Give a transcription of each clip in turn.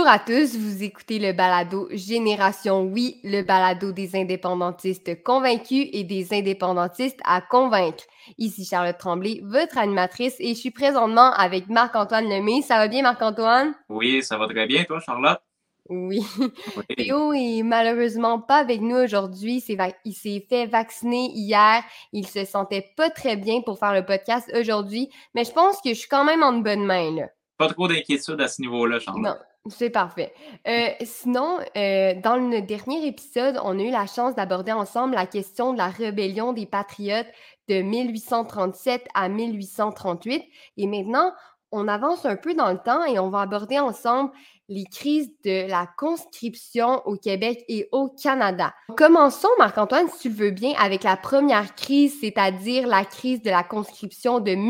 à tous, vous écoutez le balado Génération Oui, le balado des indépendantistes convaincus et des indépendantistes à convaincre. Ici Charlotte Tremblay, votre animatrice, et je suis présentement avec Marc-Antoine Lemay. Ça va bien, Marc-Antoine? Oui, ça va très bien, toi, Charlotte? Oui. Oui. Théo est malheureusement pas avec nous aujourd'hui. Il s'est fait vacciner hier. Il se sentait pas très bien pour faire le podcast aujourd'hui, mais je pense que je suis quand même en bonne main, là. Pas trop d'inquiétude à ce niveau-là, Charlotte. Non, c'est parfait. Sinon, dans le dernier épisode, on a eu la chance d'aborder ensemble la question de la rébellion des Patriotes de 1837 à 1838. Et maintenant, on avance un peu dans le temps et on va aborder ensemble les crises de la conscription au Québec et au Canada. Commençons, Marc-Antoine, si tu le veux bien, avec la première crise, c'est-à-dire la crise de la conscription de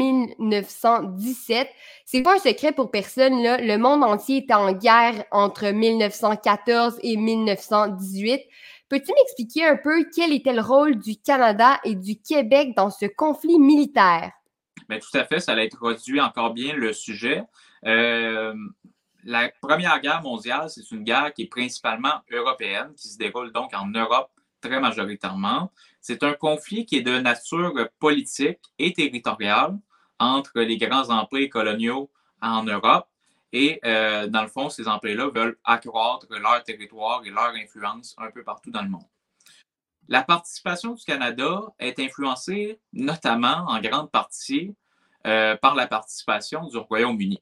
1917. C'est pas un secret pour personne, là. Le monde entier était en guerre entre 1914 et 1918. Peux-tu m'expliquer un peu quel était le rôle du Canada et du Québec dans ce conflit militaire? Mais tout à fait, ça a introduit encore bien le sujet. Euh, la Première Guerre mondiale, c'est une guerre qui est principalement européenne, qui se déroule donc en Europe très majoritairement. C'est un conflit qui est de nature politique et territoriale entre les grands empires coloniaux en Europe. Et dans le fond, ces empires-là veulent accroître leur territoire et leur influence un peu partout dans le monde. La participation du Canada est influencée notamment en grande partie par la participation du Royaume-Uni,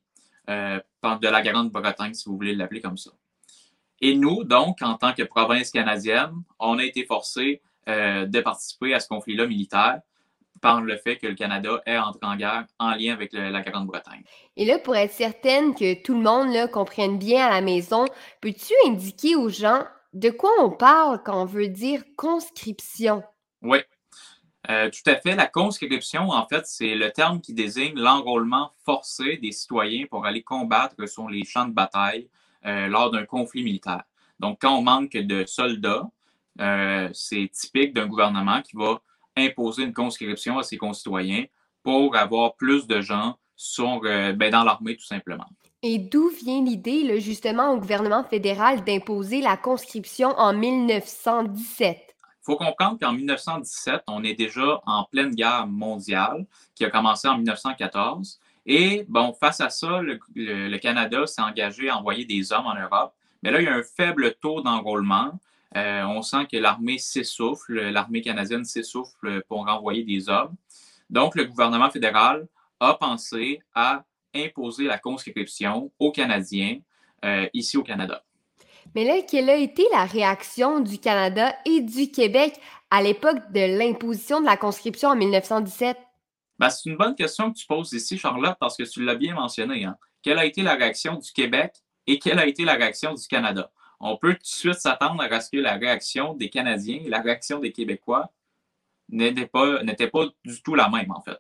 de la Grande-Bretagne, si vous voulez l'appeler comme ça. Et nous, donc, en tant que province canadienne, on a été forcés de participer à ce conflit-là militaire par le fait que le Canada est entré en guerre en lien avec la Grande-Bretagne. Et là, pour être certaine que tout le monde là, comprenne bien à la maison, peux-tu indiquer aux gens de quoi on parle quand on veut dire conscription? Oui, tout à fait. La conscription, en fait, c'est le terme qui désigne l'enrôlement forcé des citoyens pour aller combattre sur les champs de bataille lors d'un conflit militaire. Donc, quand on manque de soldats, c'est typique d'un gouvernement qui va imposer une conscription à ses concitoyens pour avoir plus de gens dans l'armée, tout simplement. Et d'où vient l'idée, là, justement, au gouvernement fédéral d'imposer la conscription en 1917? Il faut comprendre qu'en 1917, on est déjà en pleine guerre mondiale qui a commencé en 1914. Et bon, face à ça, le Canada s'est engagé à envoyer des hommes en Europe. Mais là, il y a un faible taux d'enrôlement. On sent que l'armée s'essouffle, l'armée canadienne s'essouffle pour envoyer des hommes. Donc, le gouvernement fédéral a pensé à imposer la conscription aux Canadiens ici au Canada. Mais là, quelle a été la réaction du Canada et du Québec à l'époque de l'imposition de la conscription en 1917? Ben, c'est une bonne question que tu poses ici, Charlotte, parce que tu l'as bien mentionné. Hein. Quelle a été la réaction du Québec et quelle a été la réaction du Canada? On peut tout de suite s'attendre à ce que la réaction des Canadiens et la réaction des Québécois n'était pas du tout la même, en fait.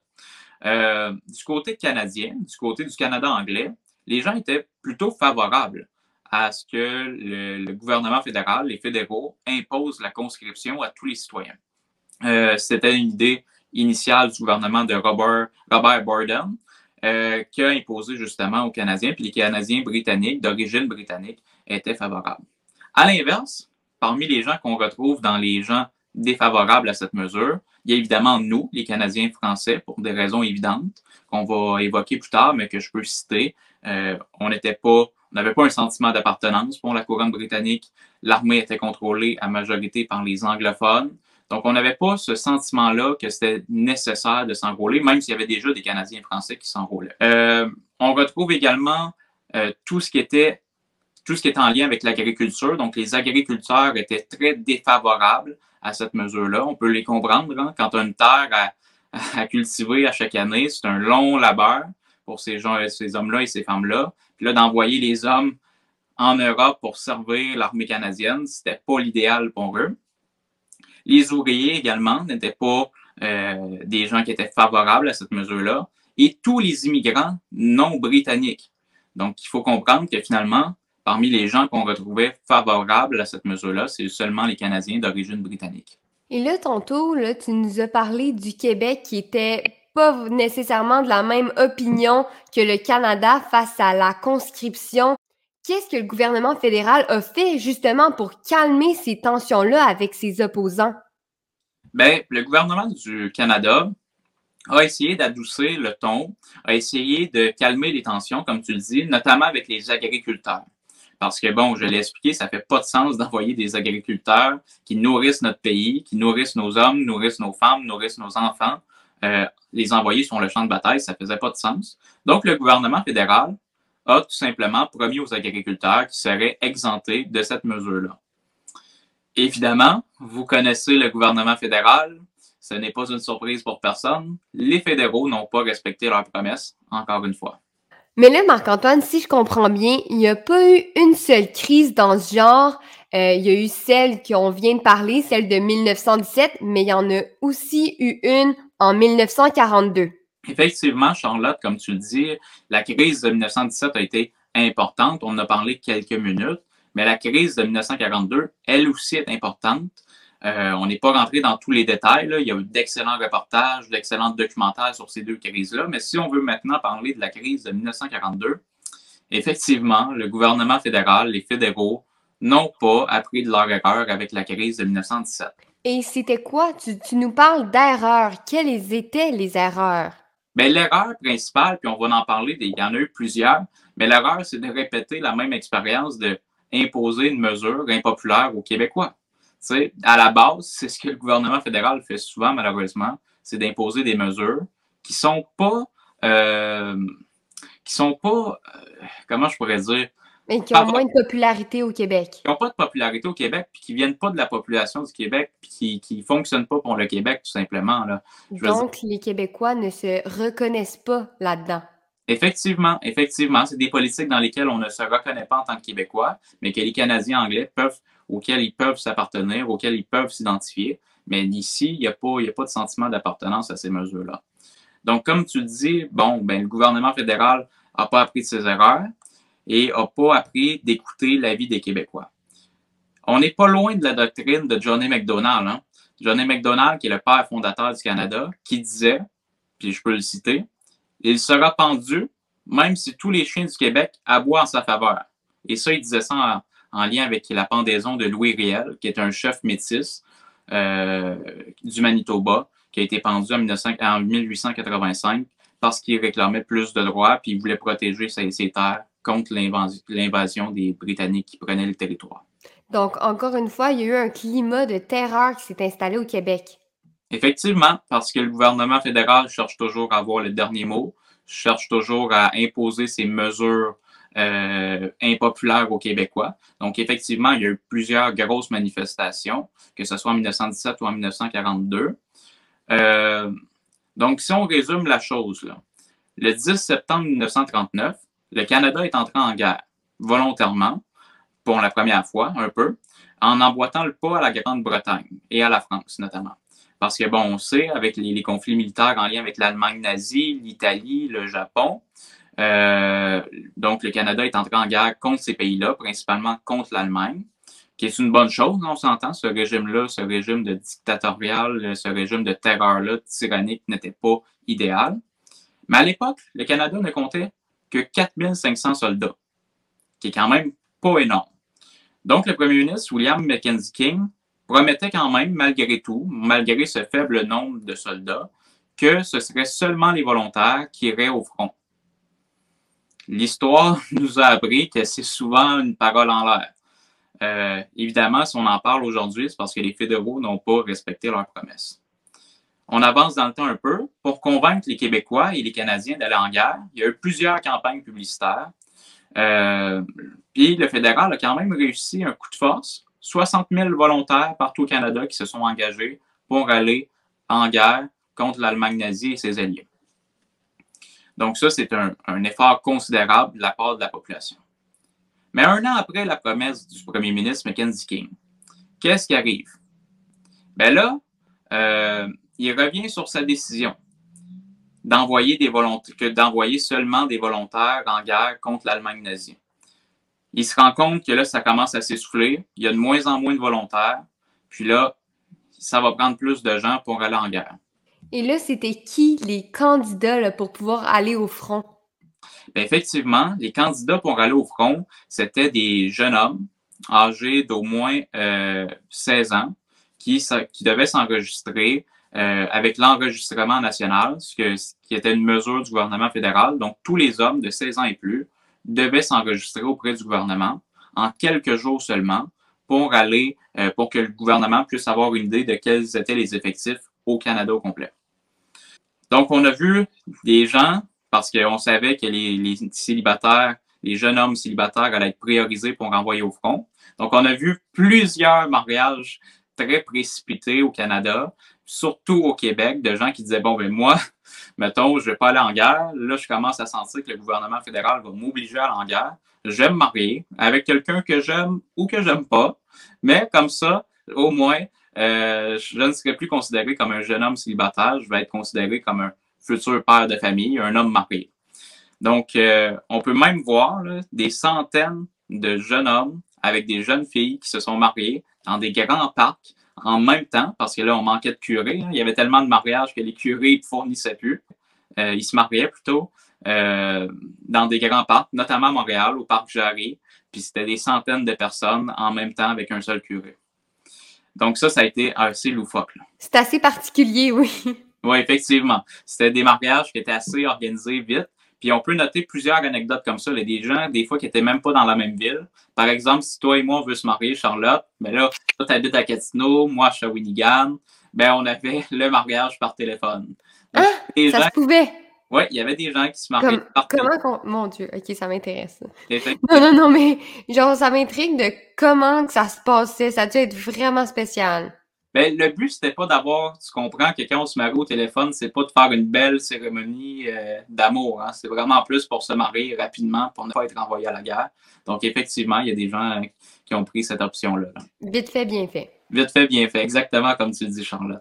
Du côté canadien, du côté du Canada anglais, les gens étaient plutôt favorables à ce que le gouvernement fédéral, les fédéraux, imposent la conscription à tous les citoyens. C'était une idée initiale du gouvernement de Robert Borden qui a imposé justement aux Canadiens, puis les Canadiens britanniques, d'origine britannique, étaient favorables. À l'inverse, parmi les gens qu'on retrouve dans les gens défavorables à cette mesure, il y a évidemment nous, les Canadiens français, pour des raisons évidentes qu'on va évoquer plus tard, mais que je peux citer. On n'avait pas un sentiment d'appartenance pour la couronne britannique. L'armée était contrôlée à majorité par les anglophones. Donc, on n'avait pas ce sentiment-là que c'était nécessaire de s'enrôler, même s'il y avait déjà des Canadiens français qui s'enrôlaient. On retrouve également tout ce qui était en lien avec l'agriculture. Donc, les agriculteurs étaient très défavorables à cette mesure-là. On peut les comprendre. Hein? Quand on a une terre à cultiver à chaque année, c'est un long labeur pour ces hommes-là et ces femmes-là. Puis là, d'envoyer les hommes en Europe pour servir l'armée canadienne, c'était pas l'idéal pour eux. Les ouvriers également n'étaient pas des gens qui étaient favorables à cette mesure-là. Et tous les immigrants non britanniques. Donc, il faut comprendre que finalement, parmi les gens qu'on retrouvait favorables à cette mesure-là, c'est seulement les Canadiens d'origine britannique. Et là, tantôt, là, tu nous as parlé du Québec qui était pas nécessairement de la même opinion que le Canada face à la conscription. Qu'est-ce que le gouvernement fédéral a fait justement pour calmer ces tensions-là avec ses opposants? Ben, le gouvernement du Canada a essayé d'adoucir le ton, a essayé de calmer les tensions, comme tu le dis, notamment avec les agriculteurs. Parce que, bon, je l'ai expliqué, ça fait pas de sens d'envoyer des agriculteurs qui nourrissent notre pays, qui nourrissent nos hommes, nourrissent nos femmes, nourrissent nos enfants. Les envoyer sur le champ de bataille, ça faisait pas de sens. Donc, le gouvernement fédéral a tout simplement promis aux agriculteurs qu'ils seraient exemptés de cette mesure-là. Évidemment, vous connaissez le gouvernement fédéral. Ce n'est pas une surprise pour personne. Les fédéraux n'ont pas respecté leurs promesses, encore une fois. Mais là, Marc-Antoine, si je comprends bien, il n'y a pas eu une seule crise dans ce genre. Il y a eu celle qu'on vient de parler, celle de 1917, mais il y en a aussi eu une en 1942. Effectivement, Charlotte, comme tu le dis, la crise de 1917 a été importante. On en a parlé quelques minutes, mais la crise de 1942, elle aussi est importante. On n'est pas rentré dans tous les détails. Là. Il y a eu d'excellents reportages, d'excellents documentaires sur ces deux crises-là. Mais si on veut maintenant parler de la crise de 1942, effectivement, le gouvernement fédéral, les fédéraux, n'ont pas appris de leur erreur avec la crise de 1917. Et c'était quoi? Tu nous parles d'erreurs. Quelles étaient les erreurs? Bien, l'erreur principale, puis on va en parler, il y en a eu plusieurs, mais l'erreur, c'est de répéter la même expérience d'imposer une mesure impopulaire aux Québécois. Tu sais, à la base, c'est ce que le gouvernement fédéral fait souvent, malheureusement, c'est d'imposer des mesures qui sont pas, euh, comment je pourrais dire, Et qui ont moins de popularité au Québec. qui n'ont pas de popularité au Québec, puis qui viennent pas de la population du Québec, puis qui fonctionnent pas pour le Québec, tout simplement. Là. Donc, les Québécois ne se reconnaissent pas là-dedans. Effectivement, c'est des politiques dans lesquelles on ne se reconnaît pas en tant que Québécois, mais que les Canadiens anglais auxquels ils peuvent s'appartenir, auxquels ils peuvent s'identifier. Mais ici, il n'y a pas de sentiment d'appartenance à ces mesures-là. Donc, comme tu le dis, bon, ben, le gouvernement fédéral n'a pas appris de ses erreurs et n'a pas appris d'écouter l'avis des Québécois. On n'est pas loin de la doctrine de John A. Macdonald. Hein? John A. Macdonald, qui est le père fondateur du Canada, qui disait, puis je peux le citer, il sera pendu, même si tous les chiens du Québec aboient en sa faveur. Et ça, il disait ça en lien avec la pendaison de Louis Riel, qui est un chef métis du Manitoba, qui a été pendu en 1885 parce qu'il réclamait plus de droits puis il voulait protéger ses terres contre l'invasion des Britanniques qui prenaient le territoire. Donc, encore une fois, il y a eu un climat de terreur qui s'est installé au Québec. Effectivement, parce que le gouvernement fédéral cherche toujours à avoir le dernier mot, cherche toujours à imposer ses mesures impopulaires aux Québécois. Donc, effectivement, il y a eu plusieurs grosses manifestations, que ce soit en 1917 ou en 1942. Donc, si on résume la chose, là, le 10 septembre 1939, le Canada est entré en guerre, volontairement, pour la première fois, un peu, en emboîtant le pas à la Grande-Bretagne et à la France, notamment. Parce que, bon, on sait, avec les conflits militaires en lien avec l'Allemagne nazie, l'Italie, le Japon, donc le Canada est entré en guerre contre ces pays-là, principalement contre l'Allemagne, qui est une bonne chose, on s'entend, ce régime-là, ce régime de dictatorial, ce régime de terreur-là, tyrannique, n'était pas idéal. Mais à l'époque, le Canada ne comptait que 4500 soldats, qui est quand même pas énorme. Donc, le premier ministre, William Mackenzie King, promettait quand même, malgré tout, malgré ce faible nombre de soldats, que ce serait seulement les volontaires qui iraient au front. L'histoire nous a appris que c'est souvent une parole en l'air. Évidemment, si on en parle aujourd'hui, c'est parce que les fédéraux n'ont pas respecté leurs promesses. On avance dans le temps un peu. Pour convaincre les Québécois et les Canadiens d'aller en guerre, il y a eu plusieurs campagnes publicitaires. Puis le fédéral a quand même réussi un coup de force. 60 000 volontaires partout au Canada qui se sont engagés pour aller en guerre contre l'Allemagne nazie et ses alliés. Donc ça, c'est un effort considérable de la part de la population. Mais un an après la promesse du premier ministre Mackenzie King, qu'est-ce qui arrive? Ben là, il revient sur sa décision d'envoyer seulement des volontaires en guerre contre l'Allemagne nazie. Il se rend compte que là, ça commence à s'essouffler. Il y a de moins en moins de volontaires. Puis là, ça va prendre plus de gens pour aller en guerre. Et là, c'était qui les candidats là, pour pouvoir aller au front? Effectivement, les candidats pour aller au front, c'était des jeunes hommes âgés d'au moins 16 ans qui devaient s'enregistrer avec l'enregistrement national, ce qui était une mesure du gouvernement fédéral. Donc, tous les hommes de 16 ans et plus devaient s'enregistrer auprès du gouvernement en quelques jours seulement pour que le gouvernement puisse avoir une idée de quels étaient les effectifs au Canada au complet. Donc, on a vu des gens, parce qu'on savait que les célibataires, les jeunes hommes célibataires allaient être priorisés pour renvoyer au front. Donc, on a vu plusieurs mariages très précipités au Canada, surtout au Québec, de gens qui disaient, bon, ben moi, mettons, je vais pas aller en guerre. Là, je commence à sentir que le gouvernement fédéral va m'obliger à aller en guerre. Je vais me marier avec quelqu'un que j'aime ou que j'aime pas. Mais comme ça, au moins, je ne serai plus considéré comme un jeune homme célibataire. Je vais être considéré comme un futur père de famille, un homme marié. Donc, on peut même voir là, des centaines de jeunes hommes avec des jeunes filles qui se sont mariés dans des grands parcs en même temps, parce que là, on manquait de curés. Hein. Il y avait tellement de mariages que les curés ne fournissaient plus. Ils se mariaient plutôt dans des grands parcs, notamment à Montréal, au parc Jarry. Puis c'était des centaines de personnes en même temps avec un seul curé. Donc ça a été assez loufoque. C'est assez particulier, oui. Oui, effectivement. C'était des mariages qui étaient assez organisés vite. Puis on peut noter plusieurs anecdotes comme ça. Il y a des gens, des fois, qui étaient même pas dans la même ville. Par exemple, si toi et moi, on veut se marier, Charlotte, ben là, toi, t'habites à Gatineau, moi, je suis à Shawinigan, ben on avait le mariage par téléphone. Donc, ah, ça se pouvait. Oui, il y avait des gens qui se mariaient par téléphone. Mon Dieu, ok, ça m'intéresse. Non, mais genre, ça m'intrigue de comment que ça se passait. Ça a dû être vraiment spécial. Ben, le but, c'était pas d'avoir, tu comprends que quand on se marie au téléphone, c'est pas de faire une belle cérémonie d'amour. Hein? C'est vraiment plus pour se marier rapidement, pour ne pas être envoyé à la guerre. Donc, effectivement, il y a des gens qui ont pris cette option-là. Vite fait, bien fait. Vite fait, bien fait. Exactement comme tu le dis, Charlotte.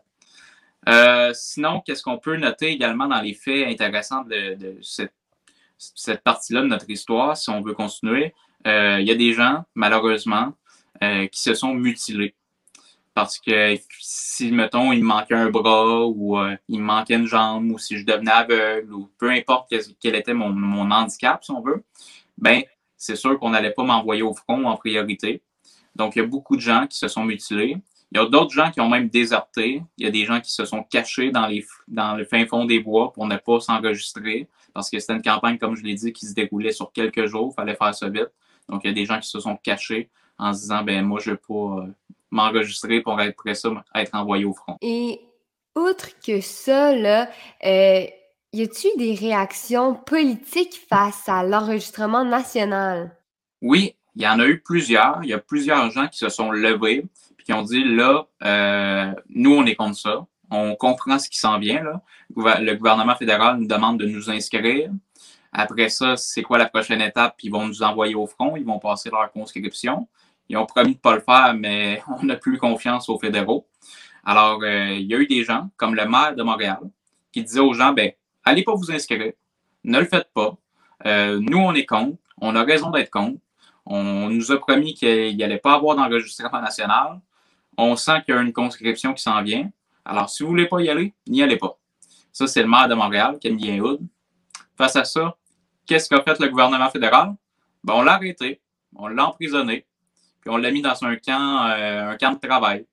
Sinon, qu'est-ce qu'on peut noter également dans les faits intéressants de cette partie-là de notre histoire, si on veut continuer? Il y a des gens, malheureusement, qui se sont mutilés. Parce que si, mettons, il me manquait un bras ou il me manquait une jambe ou si je devenais aveugle ou peu importe quel était mon handicap, si on veut, ben c'est sûr qu'on n'allait pas m'envoyer au front en priorité. Donc, il y a beaucoup de gens qui se sont mutilés. Il y a d'autres gens qui ont même déserté. Il y a des gens qui se sont cachés dans le fin fond des bois pour ne pas s'enregistrer parce que c'était une campagne, comme je l'ai dit, qui se déroulait sur quelques jours. Il fallait faire ça vite. Donc, il y a des gens qui se sont cachés en se disant, ben moi, je ne vais pas m'enregistrer pour être prêt ça, être envoyé au front. Et outre que ça, là, y a-t-il des réactions politiques face à l'enregistrement national? Oui, il y en a eu plusieurs. Il y a plusieurs gens qui se sont levés et qui ont dit, là, nous, on est contre ça. On comprend ce qui s'en vient. Là. Le gouvernement fédéral nous demande de nous inscrire. Après ça, c'est quoi la prochaine étape? Ils vont nous envoyer au front. Ils vont passer leur conscription. Ils ont promis de ne pas le faire, mais on n'a plus confiance aux fédéraux. Alors, il y a eu des gens, comme le maire de Montréal, qui disaient aux gens, ben, allez pas vous inscrire. Ne le faites pas. Nous, on est contre. On a raison d'être contre. On nous a promis qu'il n'y allait pas avoir d'enregistrement national. On sent qu'il y a une conscription qui s'en vient. Alors, si vous ne voulez pas y aller, n'y allez pas. Ça, c'est le maire de Montréal, Camille Hood. Face à ça, qu'est-ce qu'a fait le gouvernement fédéral? Ben, on l'a arrêté. On l'a emprisonné. Puis on l'a mis dans un camp de travail,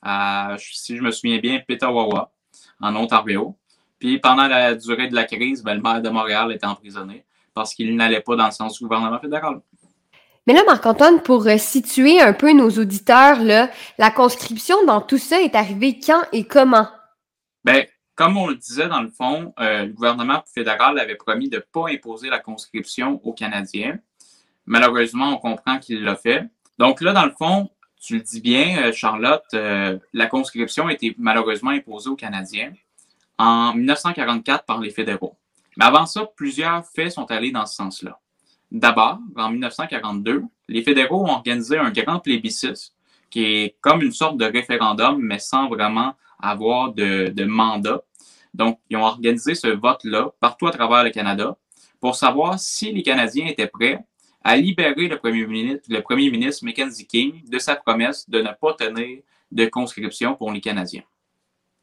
si je me souviens bien, Petawawa, en Ontario. Puis pendant la durée de la crise, ben, le maire de Montréal était emprisonné parce qu'il n'allait pas dans le sens du gouvernement fédéral. Mais là, Marc-Antoine, pour situer un peu nos auditeurs, là, la conscription dans tout ça est arrivée quand et comment? Ben, comme on le disait dans le fond, le gouvernement fédéral avait promis de ne pas imposer la conscription aux Canadiens. Malheureusement, on comprend qu'il l'a fait. Donc là, dans le fond, tu le dis bien, Charlotte, la conscription a été malheureusement imposée aux Canadiens en 1944 par les fédéraux. Mais avant ça, plusieurs faits sont allés dans ce sens-là. D'abord, en 1942, les fédéraux ont organisé un grand plébiscite qui est comme une sorte de référendum, mais sans vraiment avoir de mandat. Donc, ils ont organisé ce vote-là partout à travers le Canada pour savoir si les Canadiens étaient prêts à libérer le premier ministre Mackenzie King de sa promesse de ne pas tenir de conscription pour les Canadiens.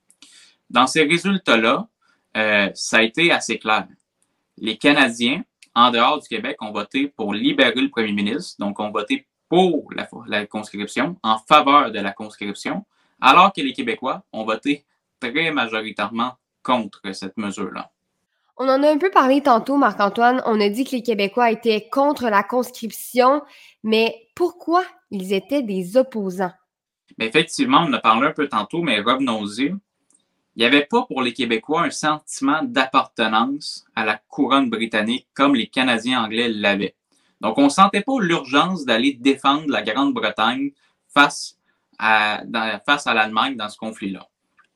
Dans ces résultats-là, ça a été assez clair. Les Canadiens en dehors du Québec, ont voté pour libérer le premier ministre, donc ont voté pour la conscription, en faveur de la conscription, alors que les Québécois ont voté très majoritairement contre cette mesure-là. On en a un peu parlé tantôt, Marc-Antoine. On a dit que les Québécois étaient contre la conscription, mais pourquoi ils étaient des opposants? Mais effectivement, on en a parlé un peu tantôt, mais revenons-y. Il n'y avait pas pour les Québécois un sentiment d'appartenance à la couronne britannique comme les Canadiens anglais l'avaient. Donc, on ne sentait pas l'urgence d'aller défendre la Grande-Bretagne face à l'Allemagne dans ce conflit-là.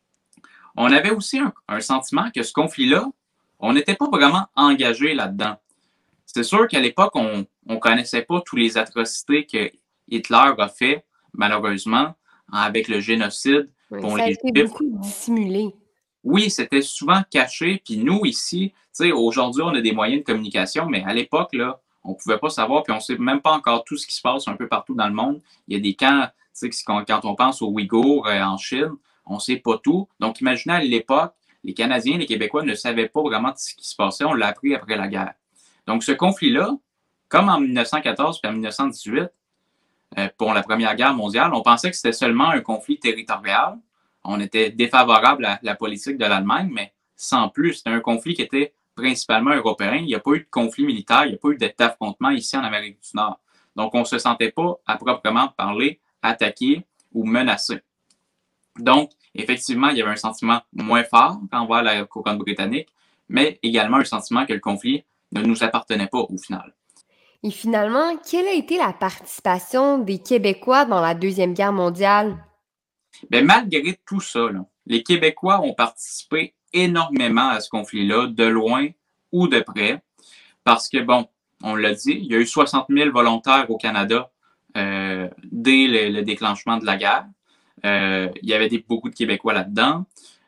On avait aussi un sentiment que ce conflit-là, on n'était pas vraiment engagé là-dedans. C'est sûr qu'à l'époque, on ne connaissait pas toutes les atrocités que Hitler a fait, malheureusement, avec le génocide Oui, pour ça a les été Juifs. beaucoup dissimulé. Oui, c'était souvent caché. Puis nous, ici, tu sais, aujourd'hui, on a des moyens de communication, mais à l'époque, là, on pouvait pas savoir, puis on sait même pas encore tout ce qui se passe un peu partout dans le monde. Il y a des camps, tu sais, quand on pense aux Ouïghours en Chine, on sait pas tout. Donc, imaginez à l'époque, les Canadiens, les Québécois ne savaient pas vraiment ce qui se passait. On l'a appris après la guerre. Donc, ce conflit-là, comme en 1914 puis en 1918, pour la Première Guerre mondiale, on pensait que c'était seulement un conflit territorial. On était défavorable à la politique de l'Allemagne, mais sans plus, c'était un conflit qui était principalement européen. Il n'y a pas eu de conflit militaire, il n'y a pas eu d'affrontement ici en Amérique du Nord. Donc, on ne se sentait pas, à proprement parler, attaqué ou menacé. Donc, effectivement, il y avait un sentiment moins fort envers la couronne britannique, mais également un sentiment que le conflit ne nous appartenait pas au final. Et finalement, quelle a été la participation des Québécois dans la Deuxième Guerre mondiale? Mais malgré tout ça, là, les Québécois ont participé énormément à ce conflit-là, de loin ou de près, parce que, bon, on l'a dit, il y a eu 60 000 volontaires au Canada dès le déclenchement de la guerre. Il y avait beaucoup de Québécois là-dedans.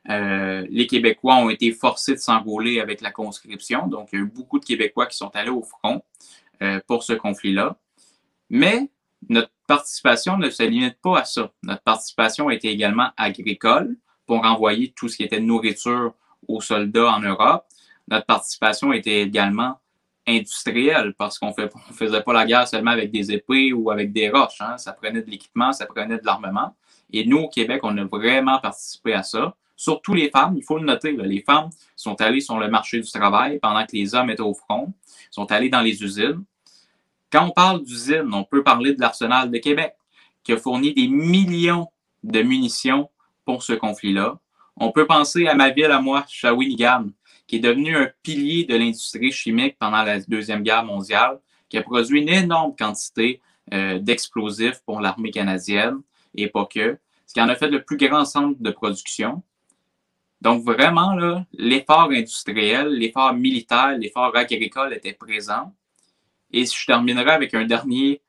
Les Québécois ont été forcés de s'enrôler avec la conscription, donc il y a eu beaucoup de Québécois qui sont allés au front pour ce conflit-là. Mais notre participation ne se limite pas à ça. Notre participation était également agricole pour envoyer tout ce qui était nourriture aux soldats en Europe. Notre participation était également industrielle parce qu'on ne faisait pas la guerre seulement avec des épées ou avec des roches. Hein. Ça prenait de l'équipement, ça prenait de l'armement. Et nous, au Québec, on a vraiment participé à ça. Surtout les femmes, il faut le noter. Là, les femmes sont allées sur le marché du travail pendant que les hommes étaient au front, sont allées dans les usines. Quand on parle d'usine, on peut parler de l'Arsenal de Québec, qui a fourni des millions de munitions pour ce conflit-là. On peut penser à ma ville, à moi, Shawinigan, qui est devenue un pilier de l'industrie chimique pendant la Deuxième Guerre mondiale, qui a produit une énorme quantité d'explosifs pour l'armée canadienne, et pas que, ce qui en a fait le plus grand centre de production. Donc vraiment, là, l'effort industriel, l'effort militaire, l'effort agricole était présent. Et je terminerai avec un dernier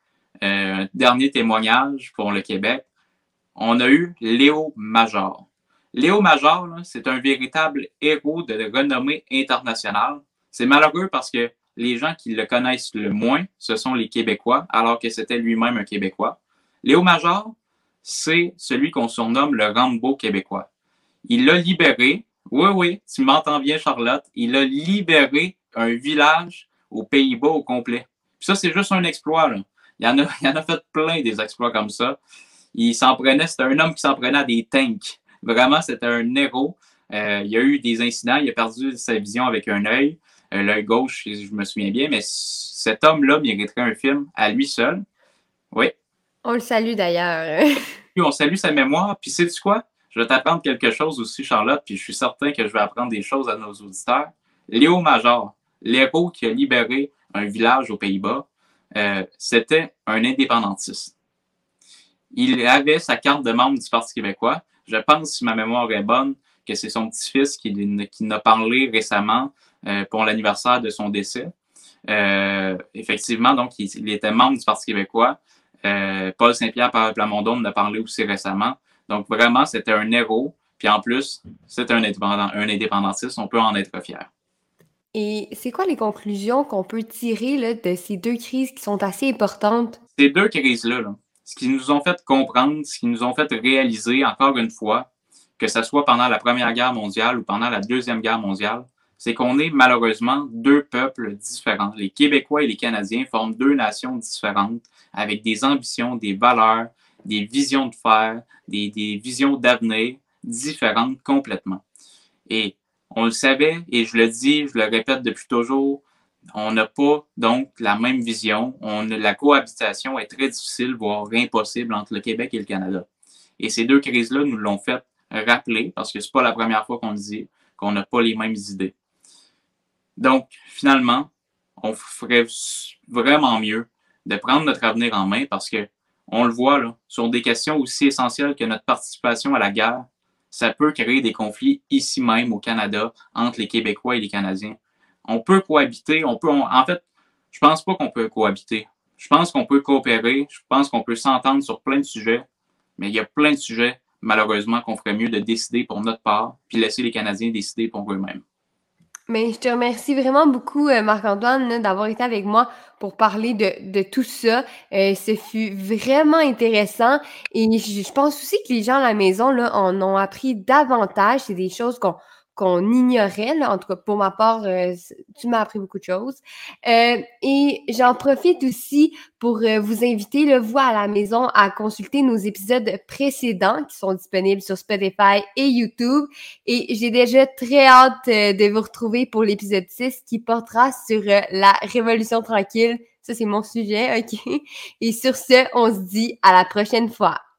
témoignage pour le Québec. On a eu Léo Major. Léo Major, c'est un véritable héros de renommée internationale. C'est malheureux parce que les gens qui le connaissent le moins, ce sont les Québécois, alors que c'était lui-même un Québécois. Léo Major, c'est celui qu'on surnomme le Rambo québécois. Il l'a libéré. Oui, oui, tu m'entends bien, Charlotte. Il a libéré un village aux Pays-Bas au complet. Puis ça, c'est juste un exploit. Là. Il en a fait plein des exploits comme ça. C'était un homme qui s'en prenait à des tanks. Vraiment, c'était un héros. Il y a eu des incidents, il a perdu sa vision avec un œil, l'œil gauche, si je me souviens bien, mais cet homme-là mériterait un film à lui seul. Oui. On le salue d'ailleurs. Puis on salue sa mémoire. Puis sais-tu quoi? Je vais t'apprendre quelque chose aussi, Charlotte, puis je suis certain que je vais apprendre des choses à nos auditeurs. Léo Major, l'héros qui a libéré un village aux Pays-Bas, c'était un indépendantiste. Il avait sa carte de membre du Parti québécois. Je pense, si ma mémoire est bonne, que c'est son petit-fils qui n'a parlé récemment pour l'anniversaire de son décès. Effectivement, donc, il était membre du Parti québécois. Paul Saint-Pierre Plamondon en a parlé aussi récemment. Donc, vraiment, c'était un héros. Puis en plus, c'est un indépendantiste. On peut en être fier. Et c'est quoi les conclusions qu'on peut tirer là, de ces deux crises qui sont assez importantes? Ces deux crises-là, ce qui nous ont fait comprendre, ce qui nous ont fait réaliser, encore une fois, que ce soit pendant la Première Guerre mondiale ou pendant la Deuxième Guerre mondiale, c'est qu'on est malheureusement deux peuples différents. Les Québécois et les Canadiens forment deux nations différentes avec des ambitions, des valeurs, des visions de faire, des visions d'avenir différentes complètement. Et on le savait, et je le dis, je le répète depuis toujours, on n'a pas donc la même vision. La cohabitation est très difficile, voire impossible entre le Québec et le Canada. Et ces deux crises-là nous l'ont fait rappeler, parce que c'est pas la première fois qu'on le dit, qu'on n'a pas les mêmes idées. Donc, finalement, on ferait vraiment mieux de prendre notre avenir en main parce que, on le voit, là, sur des questions aussi essentielles que notre participation à la guerre, ça peut créer des conflits ici même au Canada entre les Québécois et les Canadiens. On peut cohabiter, en fait, je pense pas qu'on peut cohabiter. Je pense qu'on peut coopérer, je pense qu'on peut s'entendre sur plein de sujets, mais il y a plein de sujets, malheureusement, qu'on ferait mieux de décider pour notre part, puis laisser les Canadiens décider pour eux-mêmes. Mais je te remercie vraiment beaucoup, Marc-Antoine, là, d'avoir été avec moi pour parler de tout ça. Ce fut vraiment intéressant et je pense aussi que les gens à la maison là, en ont appris davantage. C'est des choses qu'on ignorait. Là. En tout cas, pour ma part, tu m'as appris beaucoup de choses. Et j'en profite aussi pour vous inviter, là, vous à la maison, à consulter nos épisodes précédents qui sont disponibles sur Spotify et YouTube. Et j'ai déjà très hâte de vous retrouver pour l'épisode 6 qui portera sur la Révolution tranquille. Ça, c'est mon sujet, OK? Et sur ce, on se dit à la prochaine fois.